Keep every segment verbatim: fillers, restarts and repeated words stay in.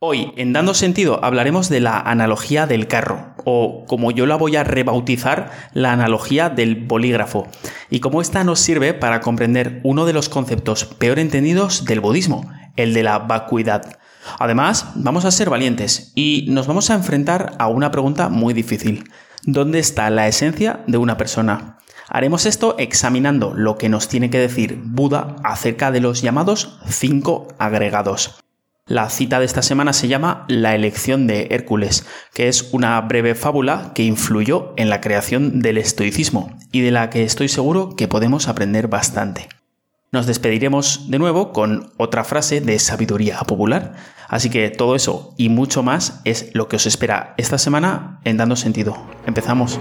Hoy, en Dando Sentido, hablaremos de la analogía del carro, o como yo la voy a rebautizar, la analogía del bolígrafo, y cómo esta nos sirve para comprender uno de los conceptos peor entendidos del budismo, el de la vacuidad. Además, vamos a ser valientes y nos vamos a enfrentar a una pregunta muy difícil. ¿Dónde está la esencia de una persona? Haremos esto examinando lo que nos tiene que decir Buda acerca de los llamados cinco agregados. La cita de esta semana se llama La elección de Hércules, que es una breve fábula que influyó en la creación del estoicismo y de la que estoy seguro que podemos aprender bastante. Nos despediremos de nuevo con otra frase de sabiduría popular, así que todo eso y mucho más es lo que os espera esta semana en Dando Sentido. Empezamos.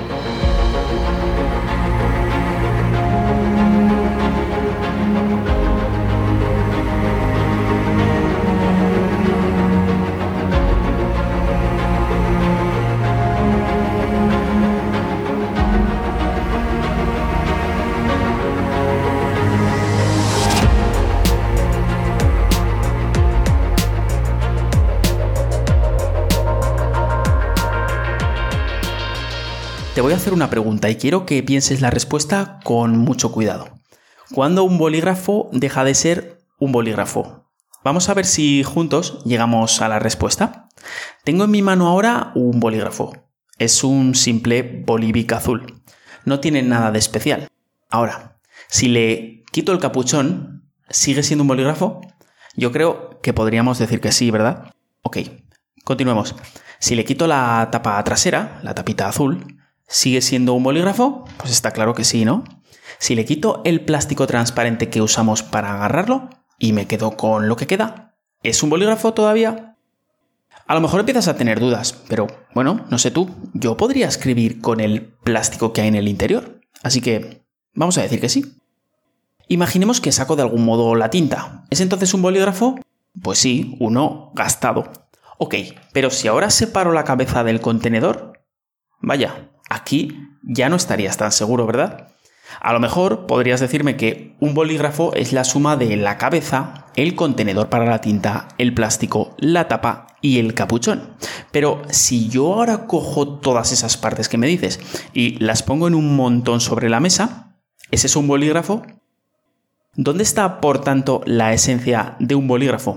Te voy a hacer una pregunta y quiero que pienses la respuesta con mucho cuidado. ¿Cuándo un bolígrafo deja de ser un bolígrafo? Vamos a ver si juntos llegamos a la respuesta. Tengo en mi mano ahora un bolígrafo. Es un simple Bolivic azul. No tiene nada de especial. Ahora, si le quito el capuchón, ¿sigue siendo un bolígrafo? Yo creo que podríamos decir que sí, ¿verdad? Ok, continuemos. Si le quito la tapa trasera, la tapita azul, ¿sigue siendo un bolígrafo? Pues está claro que sí, ¿no? Si le quito el plástico transparente que usamos para agarrarlo y me quedo con lo que queda, ¿es un bolígrafo todavía? A lo mejor empiezas a tener dudas, pero bueno, no sé tú, yo podría escribir con el plástico que hay en el interior, así que vamos a decir que sí. Imaginemos que saco de algún modo la tinta. ¿Es entonces un bolígrafo? Pues sí, uno gastado. Ok, pero si ahora separo la cabeza del contenedor, vaya, aquí ya no estarías tan seguro, ¿verdad? A lo mejor podrías decirme que un bolígrafo es la suma de la cabeza, el contenedor para la tinta, el plástico, la tapa y el capuchón. Pero si yo ahora cojo todas esas partes que me dices y las pongo en un montón sobre la mesa, ¿ese es un bolígrafo? ¿Dónde está, por tanto, la esencia de un bolígrafo?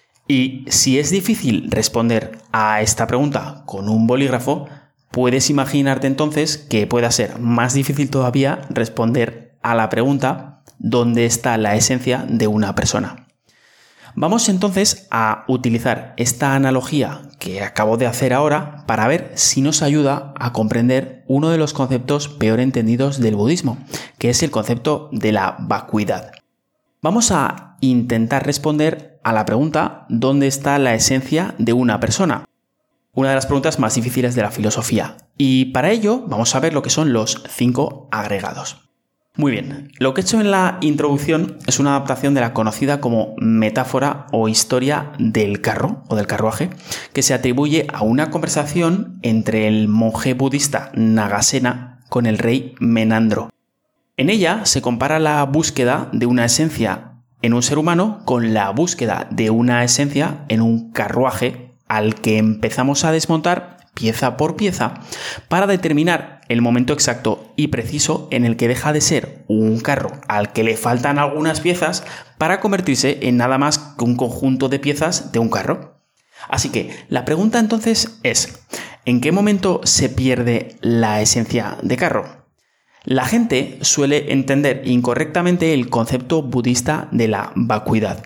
Y si es difícil responder a esta pregunta con un bolígrafo, puedes imaginarte entonces que pueda ser más difícil todavía responder a la pregunta ¿dónde está la esencia de una persona? Vamos entonces a utilizar esta analogía que acabo de hacer ahora para ver si nos ayuda a comprender uno de los conceptos peor entendidos del budismo, que es el concepto de la vacuidad. Vamos a intentar responder a la pregunta ¿dónde está la esencia de una persona? Una de las preguntas más difíciles de la filosofía. Y para ello vamos a ver lo que son los cinco agregados. Muy bien, lo que he hecho en la introducción es una adaptación de la conocida como metáfora o historia del carro o del carruaje, que se atribuye a una conversación entre el monje budista Nagasena con el rey Menandro. En ella se compara la búsqueda de una esencia en un ser humano con la búsqueda de una esencia en un carruaje al que empezamos a desmontar pieza por pieza para determinar el momento exacto y preciso en el que deja de ser un carro al que le faltan algunas piezas para convertirse en nada más que un conjunto de piezas de un carro. Así que la pregunta entonces es, ¿en qué momento se pierde la esencia de carro? La gente suele entender incorrectamente el concepto budista de la vacuidad.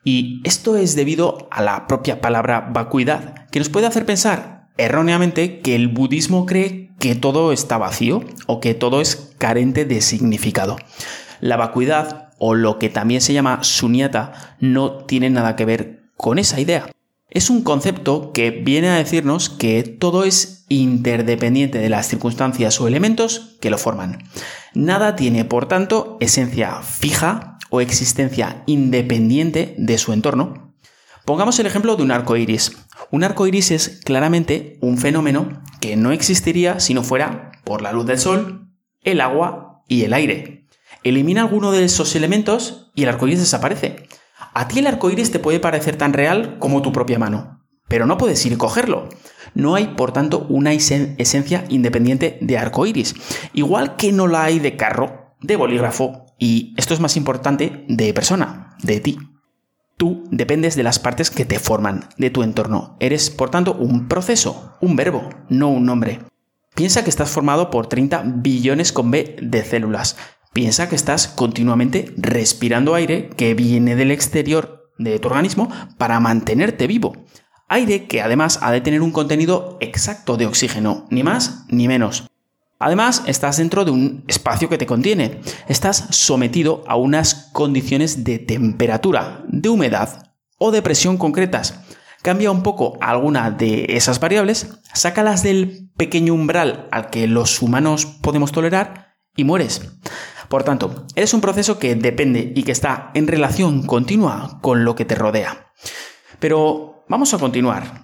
Y esto es debido a la propia palabra vacuidad, que nos puede hacer pensar erróneamente que el budismo cree que todo está vacío o que todo es carente de significado. La vacuidad, o lo que también se llama sunyata, no tiene nada que ver con esa idea. Es un concepto que viene a decirnos que todo es interdependiente de las circunstancias o elementos que lo forman. Nada tiene, por tanto, esencia fija o existencia independiente de su entorno. Pongamos el ejemplo de un arco iris. Un arco iris es claramente un fenómeno que no existiría si no fuera por la luz del sol, el agua y el aire. Elimina alguno de esos elementos y el arco iris desaparece. A ti el arco iris te puede parecer tan real como tu propia mano. pero no puedes ir y cogerlo. No hay, por tanto, una esencia independiente de arcoíris, igual que no la hay de carro, de bolígrafo y, esto es más importante, de persona, de ti. Tú dependes de las partes que te forman, de tu entorno. Eres, por tanto, un proceso, un verbo, no un nombre. Piensa que estás formado por treinta billones con B de células. Piensa que estás continuamente respirando aire que viene del exterior de tu organismo para mantenerte vivo. Aire que además ha de tener un contenido exacto de oxígeno, ni más ni menos. Además, estás dentro de un espacio que te contiene. Estás sometido a unas condiciones de temperatura, de humedad o de presión concretas. Cambia un poco alguna de esas variables, sácalas del pequeño umbral al que los humanos podemos tolerar y mueres. Por tanto, eres un proceso que depende y que está en relación continua con lo que te rodea. Pero vamos a continuar.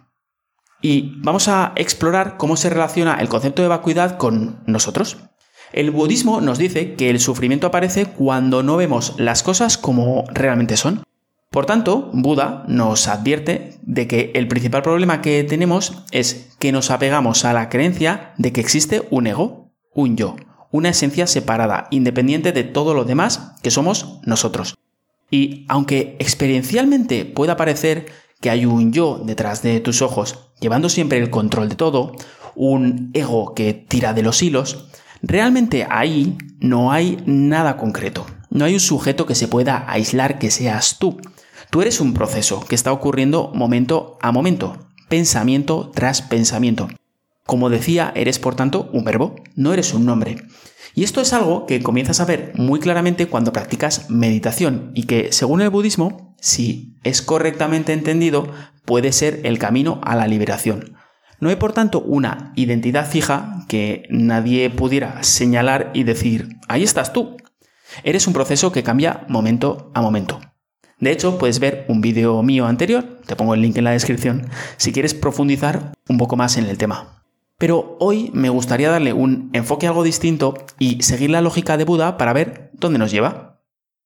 Y vamos a explorar cómo se relaciona el concepto de vacuidad con nosotros. El budismo nos dice que el sufrimiento aparece cuando no vemos las cosas como realmente son. Por tanto, Buda nos advierte de que el principal problema que tenemos es que nos apegamos a la creencia de que existe un ego, un yo, una esencia separada, independiente de todo lo demás que somos nosotros. Y aunque experiencialmente pueda parecer que hay un yo detrás de tus ojos, llevando siempre el control de todo, un ego que tira de los hilos, realmente ahí no hay nada concreto. No hay un sujeto que se pueda aislar que seas tú. Tú eres un proceso que está ocurriendo momento a momento, pensamiento tras pensamiento. Como decía, eres por tanto un verbo, no eres un nombre. Y esto es algo que comienzas a ver muy claramente cuando practicas meditación y que, según el budismo, si es correctamente entendido, puede ser el camino a la liberación. No hay, por tanto, una identidad fija que nadie pudiera señalar y decir, ahí estás tú. Eres un proceso que cambia momento a momento. De hecho, puedes ver un vídeo mío anterior, te pongo el link en la descripción, si quieres profundizar un poco más en el tema. Pero hoy me gustaría darle un enfoque algo distinto y seguir la lógica de Buda para ver dónde nos lleva.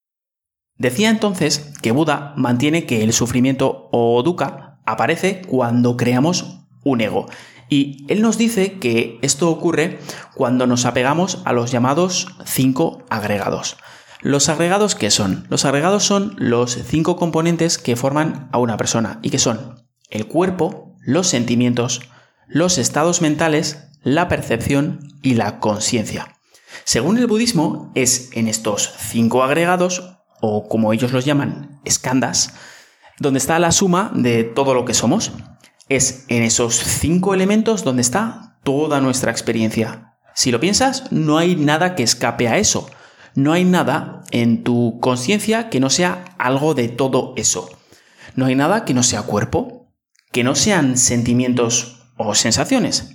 Decía entonces que Buda mantiene que el sufrimiento o dukkha aparece cuando creamos un ego. Y él nos dice que esto ocurre cuando nos apegamos a los llamados cinco agregados. ¿Los agregados qué son? Los agregados son los cinco componentes que forman a una persona y que son el cuerpo, los sentimientos, los estados mentales, la percepción y la conciencia. Según el budismo, es en estos cinco agregados, o como ellos los llaman, skandhas, donde está la suma de todo lo que somos. Es en esos cinco elementos donde está toda nuestra experiencia. Si lo piensas, no hay nada que escape a eso. No hay nada en tu conciencia que no sea algo de todo eso. No hay nada que no sea cuerpo, que no sean sentimientos o sensaciones,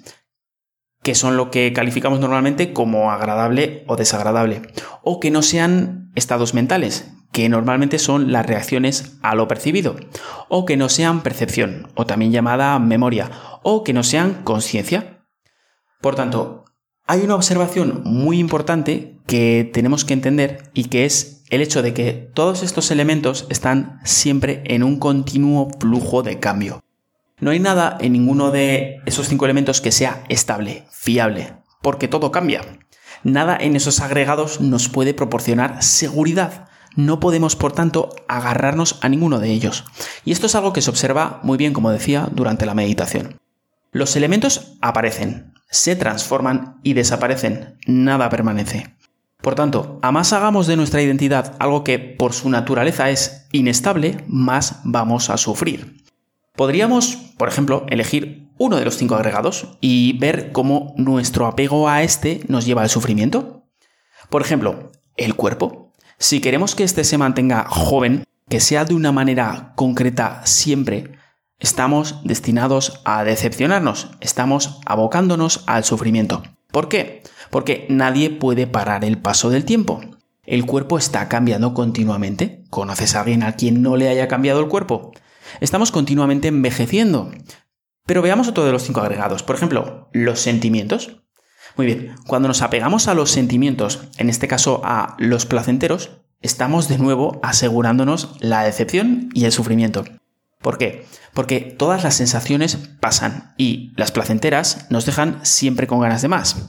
que son lo que calificamos normalmente como agradable o desagradable, o que no sean estados mentales, que normalmente son las reacciones a lo percibido, o que no sean percepción, o también llamada memoria, o que no sean conciencia. Por tanto, hay una observación muy importante que tenemos que entender y que es el hecho de que todos estos elementos están siempre en un continuo flujo de cambio. No hay nada en ninguno de esos cinco elementos que sea estable, fiable, porque todo cambia. Nada en esos agregados nos puede proporcionar seguridad. No podemos, por tanto, agarrarnos a ninguno de ellos. Y esto es algo que se observa muy bien, como decía, durante la meditación. Los elementos aparecen, se transforman y desaparecen. Nada permanece. Por tanto, a más hagamos de nuestra identidad algo que por su naturaleza es inestable, más vamos a sufrir. Podríamos, por ejemplo, elegir uno de los cinco agregados y ver cómo nuestro apego a este nos lleva al sufrimiento. Por ejemplo, el cuerpo. Si queremos que este se mantenga joven, que sea de una manera concreta siempre, estamos destinados a decepcionarnos, estamos abocándonos al sufrimiento. ¿Por qué? Porque nadie puede parar el paso del tiempo. El cuerpo está cambiando continuamente. ¿Conoces a alguien a quien no le haya cambiado el cuerpo? Estamos continuamente envejeciendo. Pero veamos otro de los cinco agregados. Por ejemplo, los sentimientos. Muy bien, cuando nos apegamos a los sentimientos, en este caso a los placenteros, estamos de nuevo asegurándonos la decepción y el sufrimiento. ¿Por qué? Porque todas las sensaciones pasan y las placenteras nos dejan siempre con ganas de más.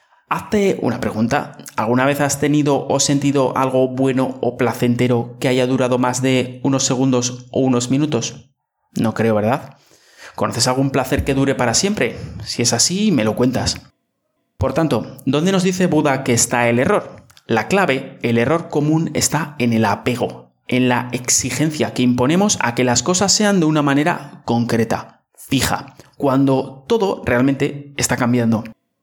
Hazte una pregunta. ¿Alguna vez has tenido o sentido algo bueno o placentero que haya durado más de unos segundos o unos minutos? No creo, ¿verdad? ¿Conoces algún placer que dure para siempre? Si es así, me lo cuentas. Por tanto, ¿dónde nos dice Buda que está el error? La clave, el error común, está en el apego, en la exigencia que imponemos a que las cosas sean de una manera concreta, fija, cuando todo realmente está cambiando.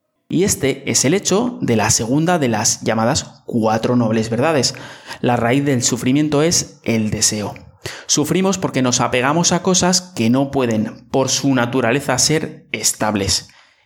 Y este es el hecho de la segunda de las llamadas cuatro nobles verdades. La raíz del sufrimiento es el deseo. Sufrimos porque nos apegamos a cosas que no pueden, por su naturaleza, ser estables.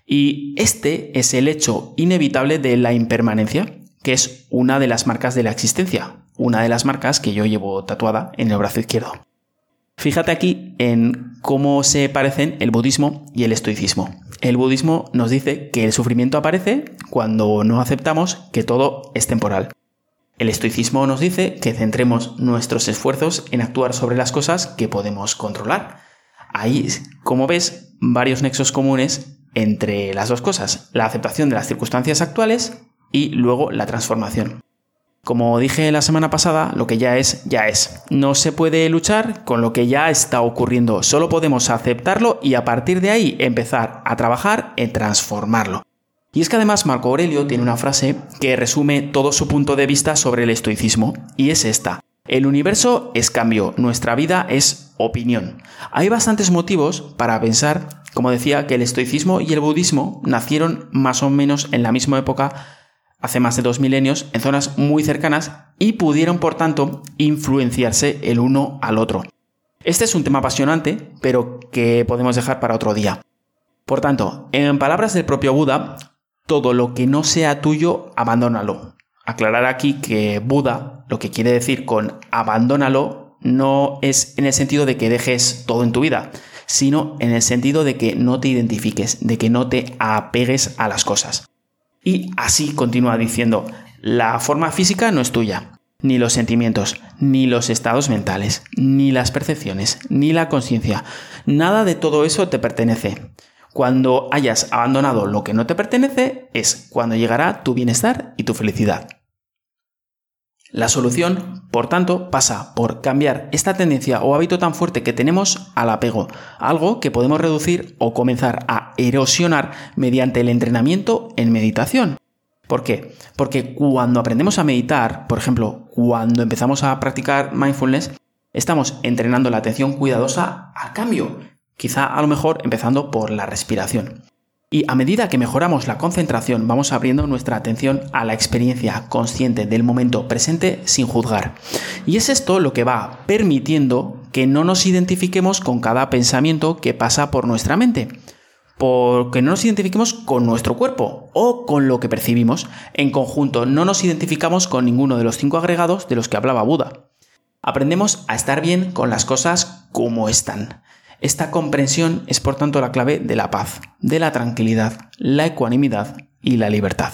Y este es el hecho inevitable de la impermanencia, que es una de las marcas de la existencia, una de las marcas que yo llevo tatuada en el brazo izquierdo. Fíjate aquí en cómo se parecen el budismo y el estoicismo. El budismo nos dice que el sufrimiento aparece cuando no aceptamos que todo es temporal. El estoicismo nos dice que centremos nuestros esfuerzos en actuar sobre las cosas que podemos controlar. Hay, como ves, varios nexos comunes entre las dos cosas, la aceptación de las circunstancias actuales y luego la transformación. Como dije la semana pasada, lo que ya es, ya es. No se puede luchar con lo que ya está ocurriendo, solo podemos aceptarlo y a partir de ahí empezar a trabajar en transformarlo. Y es que además Marco Aurelio tiene una frase que resume todo su punto de vista sobre el estoicismo, y es esta: el universo es cambio, nuestra vida es opinión. Hay bastantes motivos para pensar, como decía, que el estoicismo y el budismo nacieron más o menos en la misma época, hace más de dos milenios, en zonas muy cercanas y pudieron, por tanto, influenciarse el uno al otro. Este es un tema apasionante, pero que podemos dejar para otro día. Por tanto, en palabras del propio Buda, todo lo que no sea tuyo, abandónalo. Aclarar aquí que Buda, lo que quiere decir con abandónalo, no es en el sentido de que dejes todo en tu vida, sino en el sentido de que no te identifiques, de que no te apegues a las cosas. Y así continúa diciendo: la forma física no es tuya, ni los sentimientos, ni los estados mentales, ni las percepciones, ni la conciencia. Nada de todo eso te pertenece. Cuando hayas abandonado lo que no te pertenece, es cuando llegará tu bienestar y tu felicidad. La solución, por tanto, pasa por cambiar esta tendencia o hábito tan fuerte que tenemos al apego, algo que podemos reducir o comenzar a erosionar mediante el entrenamiento en meditación. ¿Por qué? Porque cuando aprendemos a meditar, por ejemplo, cuando empezamos a practicar mindfulness, estamos entrenando la atención cuidadosa al cambio, quizá a lo mejor empezando por la respiración. Y a medida que mejoramos la concentración, vamos abriendo nuestra atención a la experiencia consciente del momento presente sin juzgar. Y es esto lo que va permitiendo que no nos identifiquemos con cada pensamiento que pasa por nuestra mente, porque no nos identifiquemos con nuestro cuerpo o con lo que percibimos. En conjunto, no nos identificamos con ninguno de los cinco agregados de los que hablaba Buda. Aprendemos a estar bien con las cosas como están. Esta comprensión es, por tanto, la clave de la paz, de la tranquilidad, la ecuanimidad y la libertad.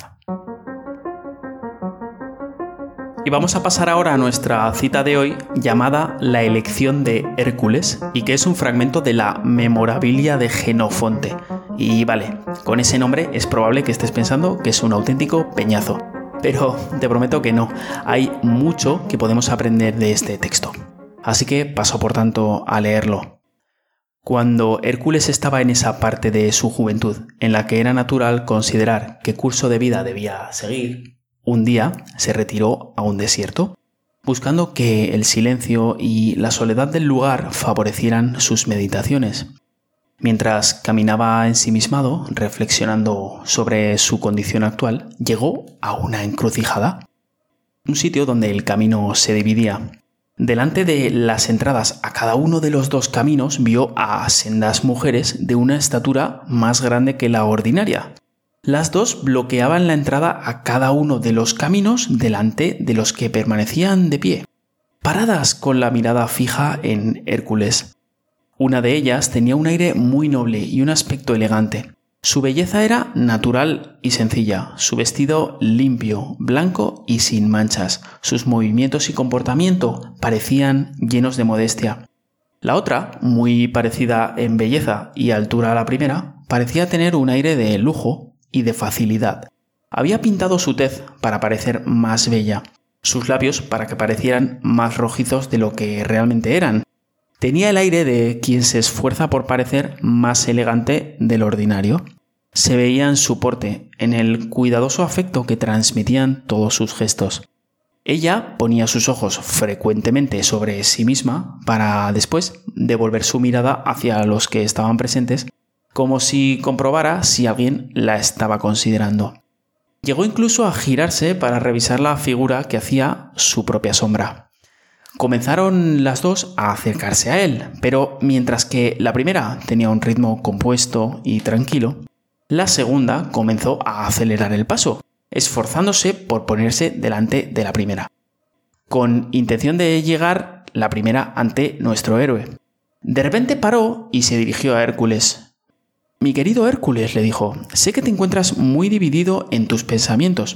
Y vamos a pasar ahora a nuestra cita de hoy, llamada La elección de Hércules, y que es un fragmento de la Memorabilia de Jenofonte. Y vale, con ese nombre es probable que estés pensando que es un auténtico peñazo. Pero te prometo que no, hay mucho que podemos aprender de este texto. Así que paso, por tanto, a leerlo. Cuando Hércules estaba en esa parte de su juventud en la que era natural considerar qué curso de vida debía seguir, un día se retiró a un desierto, buscando que el silencio y la soledad del lugar favorecieran sus meditaciones. Mientras caminaba ensimismado, reflexionando sobre su condición actual, llegó a una encrucijada, un sitio donde el camino se dividía. Delante de las entradas a cada uno de los dos caminos vio a sendas mujeres de una estatura más grande que la ordinaria. Las dos bloqueaban la entrada a cada uno de los caminos delante de los que permanecían de pie, paradas con la mirada fija en Hércules. Una de ellas tenía un aire muy noble y un aspecto elegante. Su belleza era natural y sencilla, su vestido limpio, blanco y sin manchas, sus movimientos y comportamiento parecían llenos de modestia. La otra, muy parecida en belleza y altura a la primera, parecía tener un aire de lujo y de facilidad. Había pintado su tez para parecer más bella, sus labios para que parecieran más rojizos de lo que realmente eran. Tenía el aire de quien se esfuerza por parecer más elegante de lo ordinario. Se veía en su porte, en el cuidadoso afecto que transmitían todos sus gestos. Ella ponía sus ojos frecuentemente sobre sí misma para después devolver su mirada hacia los que estaban presentes, como si comprobara si alguien la estaba considerando. Llegó incluso a girarse para revisar la figura que hacía su propia sombra. Comenzaron las dos a acercarse a él, pero mientras que la primera tenía un ritmo compuesto y tranquilo, la segunda comenzó a acelerar el paso, esforzándose por ponerse delante de la primera, con intención de llegar la primera ante nuestro héroe. De repente paró y se dirigió a Hércules. «Mi querido Hércules», le dijo, «sé que te encuentras muy dividido en tus pensamientos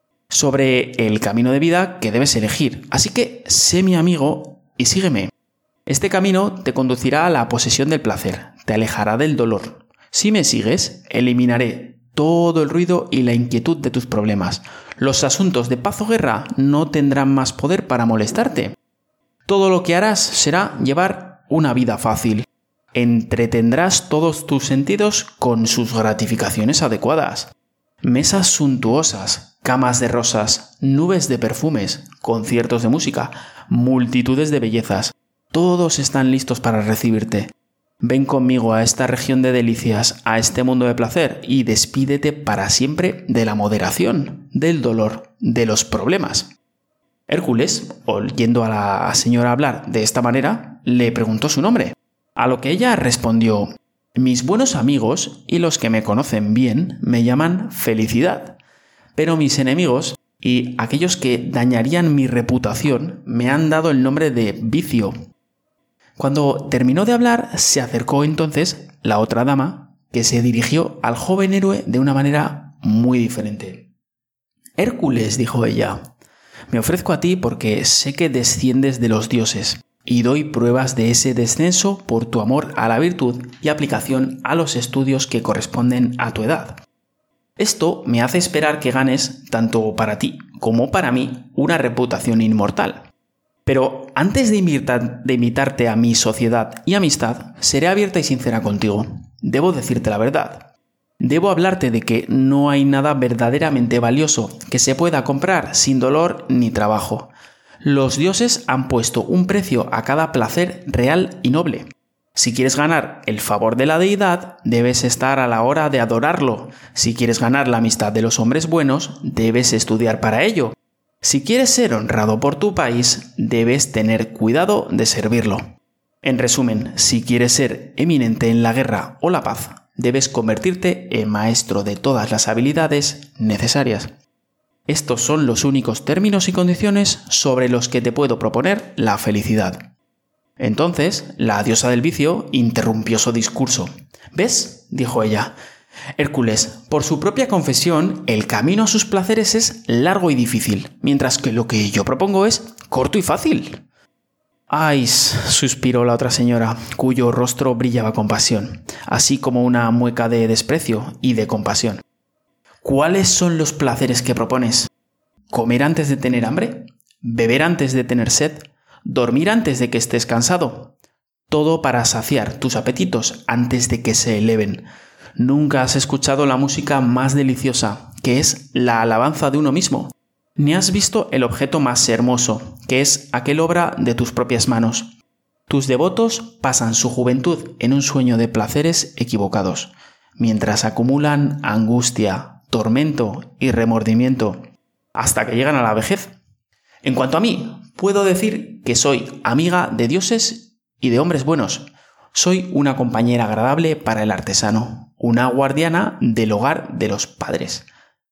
sobre el camino de vida que debes elegir, así que sé mi amigo y sígueme. Este camino te conducirá a la posesión del placer, te alejará del dolor. Si me sigues, eliminaré todo el ruido y la inquietud de tus problemas. Los asuntos de paz o guerra no tendrán más poder para molestarte. Todo lo que harás será llevar una vida fácil. Entretendrás todos tus sentidos con sus gratificaciones adecuadas. Mesas suntuosas, camas de rosas, nubes de perfumes, conciertos de música, multitudes de bellezas. Todos están listos para recibirte. Ven conmigo a esta región de delicias, a este mundo de placer, y despídete para siempre de la moderación, del dolor, de los problemas». Hércules, oyendo a la señora hablar de esta manera, le preguntó su nombre, a lo que ella respondió: «Mis buenos amigos y los que me conocen bien me llaman Felicidad, pero mis enemigos y aquellos que dañarían mi reputación me han dado el nombre de Vicio». Cuando terminó de hablar, se acercó entonces la otra dama, que se dirigió al joven héroe de una manera muy diferente. «Hércules», dijo ella, «me ofrezco a ti porque sé que desciendes de los dioses, y doy pruebas de ese descenso por tu amor a la virtud y aplicación a los estudios que corresponden a tu edad. Esto me hace esperar que ganes, tanto para ti como para mí, una reputación inmortal. Pero antes de, invitar, de invitarte a mi sociedad y amistad, seré abierta y sincera contigo. Debo decirte la verdad. Debo hablarte de que no hay nada verdaderamente valioso que se pueda comprar sin dolor ni trabajo. Los dioses han puesto un precio a cada placer real y noble. Si quieres ganar el favor de la deidad, debes estar a la hora de adorarlo. Si quieres ganar la amistad de los hombres buenos, debes estudiar para ello. Si quieres ser honrado por tu país, debes tener cuidado de servirlo. En resumen, si quieres ser eminente en la guerra o la paz, debes convertirte en maestro de todas las habilidades necesarias. Estos son los únicos términos y condiciones sobre los que te puedo proponer la felicidad». Entonces, la diosa del vicio interrumpió su discurso. «¿Ves?», dijo ella. «Hércules, por su propia confesión, el camino a sus placeres es largo y difícil, mientras que lo que yo propongo es corto y fácil». «Ay», suspiró la otra señora, cuyo rostro brillaba con pasión, así como una mueca de desprecio y de compasión. «¿Cuáles son los placeres que propones? ¿Comer antes de tener hambre? ¿Beber antes de tener sed? ¿Dormir antes de que estés cansado? Todo para saciar tus apetitos antes de que se eleven. Nunca has escuchado la música más deliciosa, que es la alabanza de uno mismo, ni has visto el objeto más hermoso, que es aquel obra de tus propias manos. Tus devotos pasan su juventud en un sueño de placeres equivocados, mientras acumulan angustia, tormento y remordimiento, hasta que llegan a la vejez. En cuanto a mí, puedo decir que soy amiga de dioses y de hombres buenos. Soy una compañera agradable para el artesano, una guardiana del hogar de los padres.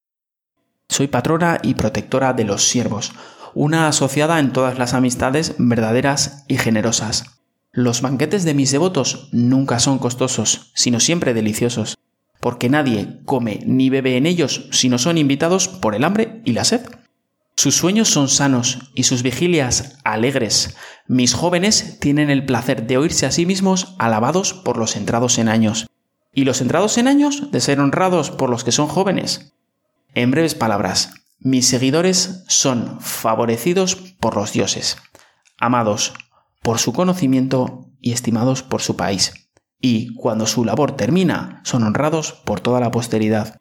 Soy patrona y protectora de los siervos, una asociada en todas las amistades verdaderas y generosas. Los banquetes de mis devotos nunca son costosos, sino siempre deliciosos, porque nadie come ni bebe en ellos si no son invitados por el hambre y la sed. Sus sueños son sanos y sus vigilias alegres. Mis jóvenes tienen el placer de oírse a sí mismos alabados por los entrados en años. Y los entrados en años de ser honrados por los que son jóvenes. En breves palabras, mis seguidores son favorecidos por los dioses, amados por su conocimiento y estimados por su país. Y cuando su labor termina, son honrados por toda la posteridad.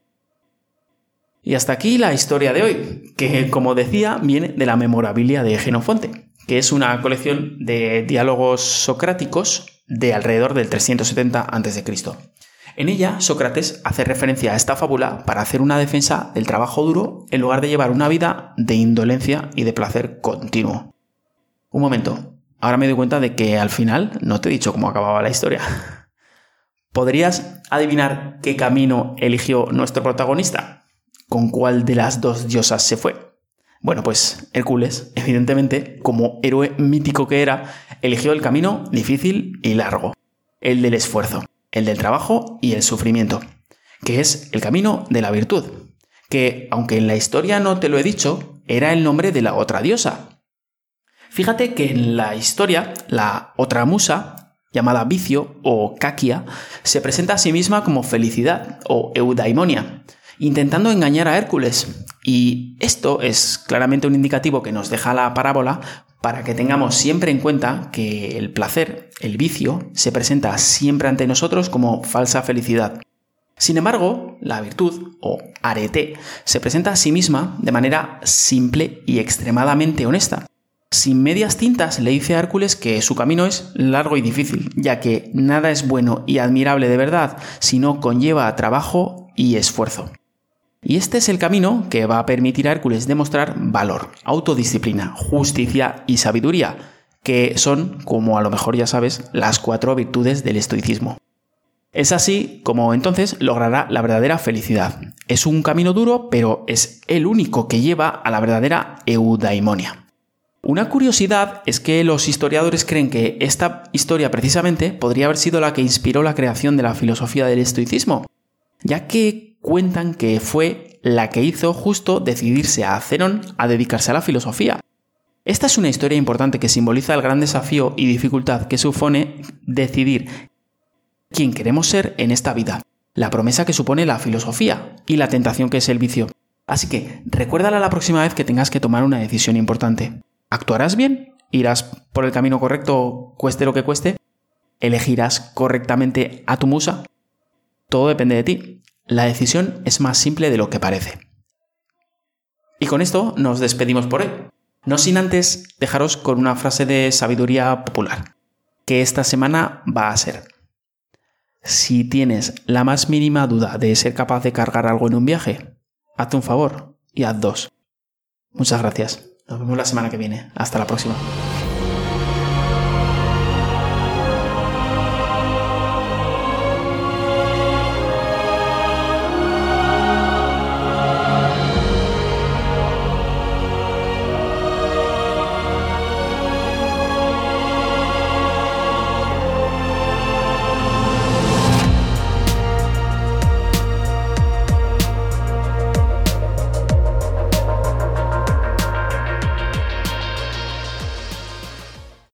Y hasta aquí la historia de hoy, que como decía, viene de la Memorabilia de Jenofonte, que es una colección de diálogos socráticos de alrededor del trescientos setenta antes de Cristo. En ella, Sócrates hace referencia a esta fábula para hacer una defensa del trabajo duro en lugar de llevar una vida de indolencia y de placer continuo. Un momento, ahora me doy cuenta de que al final no te he dicho cómo acababa la historia. ¿Podrías adivinar qué camino eligió nuestro protagonista? ¿Con cuál de las dos diosas se fue? Bueno, pues Hércules, evidentemente, como héroe mítico que era, eligió el camino difícil y largo, el del esfuerzo, el del trabajo y el sufrimiento, que es el camino de la virtud, que, aunque en la historia no te lo he dicho, era el nombre de la otra diosa. Fíjate que en la historia, la otra musa, llamada Vicio o Caquia, se presenta a sí misma como felicidad o eudaimonia, intentando engañar a Hércules. Y esto es claramente un indicativo que nos deja la parábola para que tengamos siempre en cuenta que el placer, el vicio, se presenta siempre ante nosotros como falsa felicidad. Sin embargo, la virtud, o arete, se presenta a sí misma de manera simple y extremadamente honesta. Sin medias tintas le dice a Hércules que su camino es largo y difícil, ya que nada es bueno y admirable de verdad si no conlleva trabajo y esfuerzo. Y este es el camino que va a permitir a Hércules demostrar valor, autodisciplina, justicia y sabiduría, que son, como a lo mejor ya sabes, las cuatro virtudes del estoicismo. Es así como entonces logrará la verdadera felicidad. Es un camino duro, pero es el único que lleva a la verdadera eudaimonia. Una curiosidad es que los historiadores creen que esta historia precisamente podría haber sido la que inspiró la creación de la filosofía del estoicismo, ya que cuentan que fue la que hizo justo decidirse a Zenón a dedicarse a la filosofía. Esta es una historia importante que simboliza el gran desafío y dificultad que supone decidir quién queremos ser en esta vida, la promesa que supone la filosofía y la tentación que es el vicio. Así que recuérdala la próxima vez que tengas que tomar una decisión importante. ¿Actuarás bien? ¿Irás por el camino correcto, cueste lo que cueste? ¿Elegirás correctamente a tu musa? Todo depende de ti. La decisión es más simple de lo que parece. Y con esto nos despedimos por hoy. No sin antes dejaros con una frase de sabiduría popular, que esta semana va a ser: si tienes la más mínima duda de ser capaz de cargar algo en un viaje, hazte un favor y haz dos. Muchas gracias. Nos vemos la semana que viene. Hasta la próxima.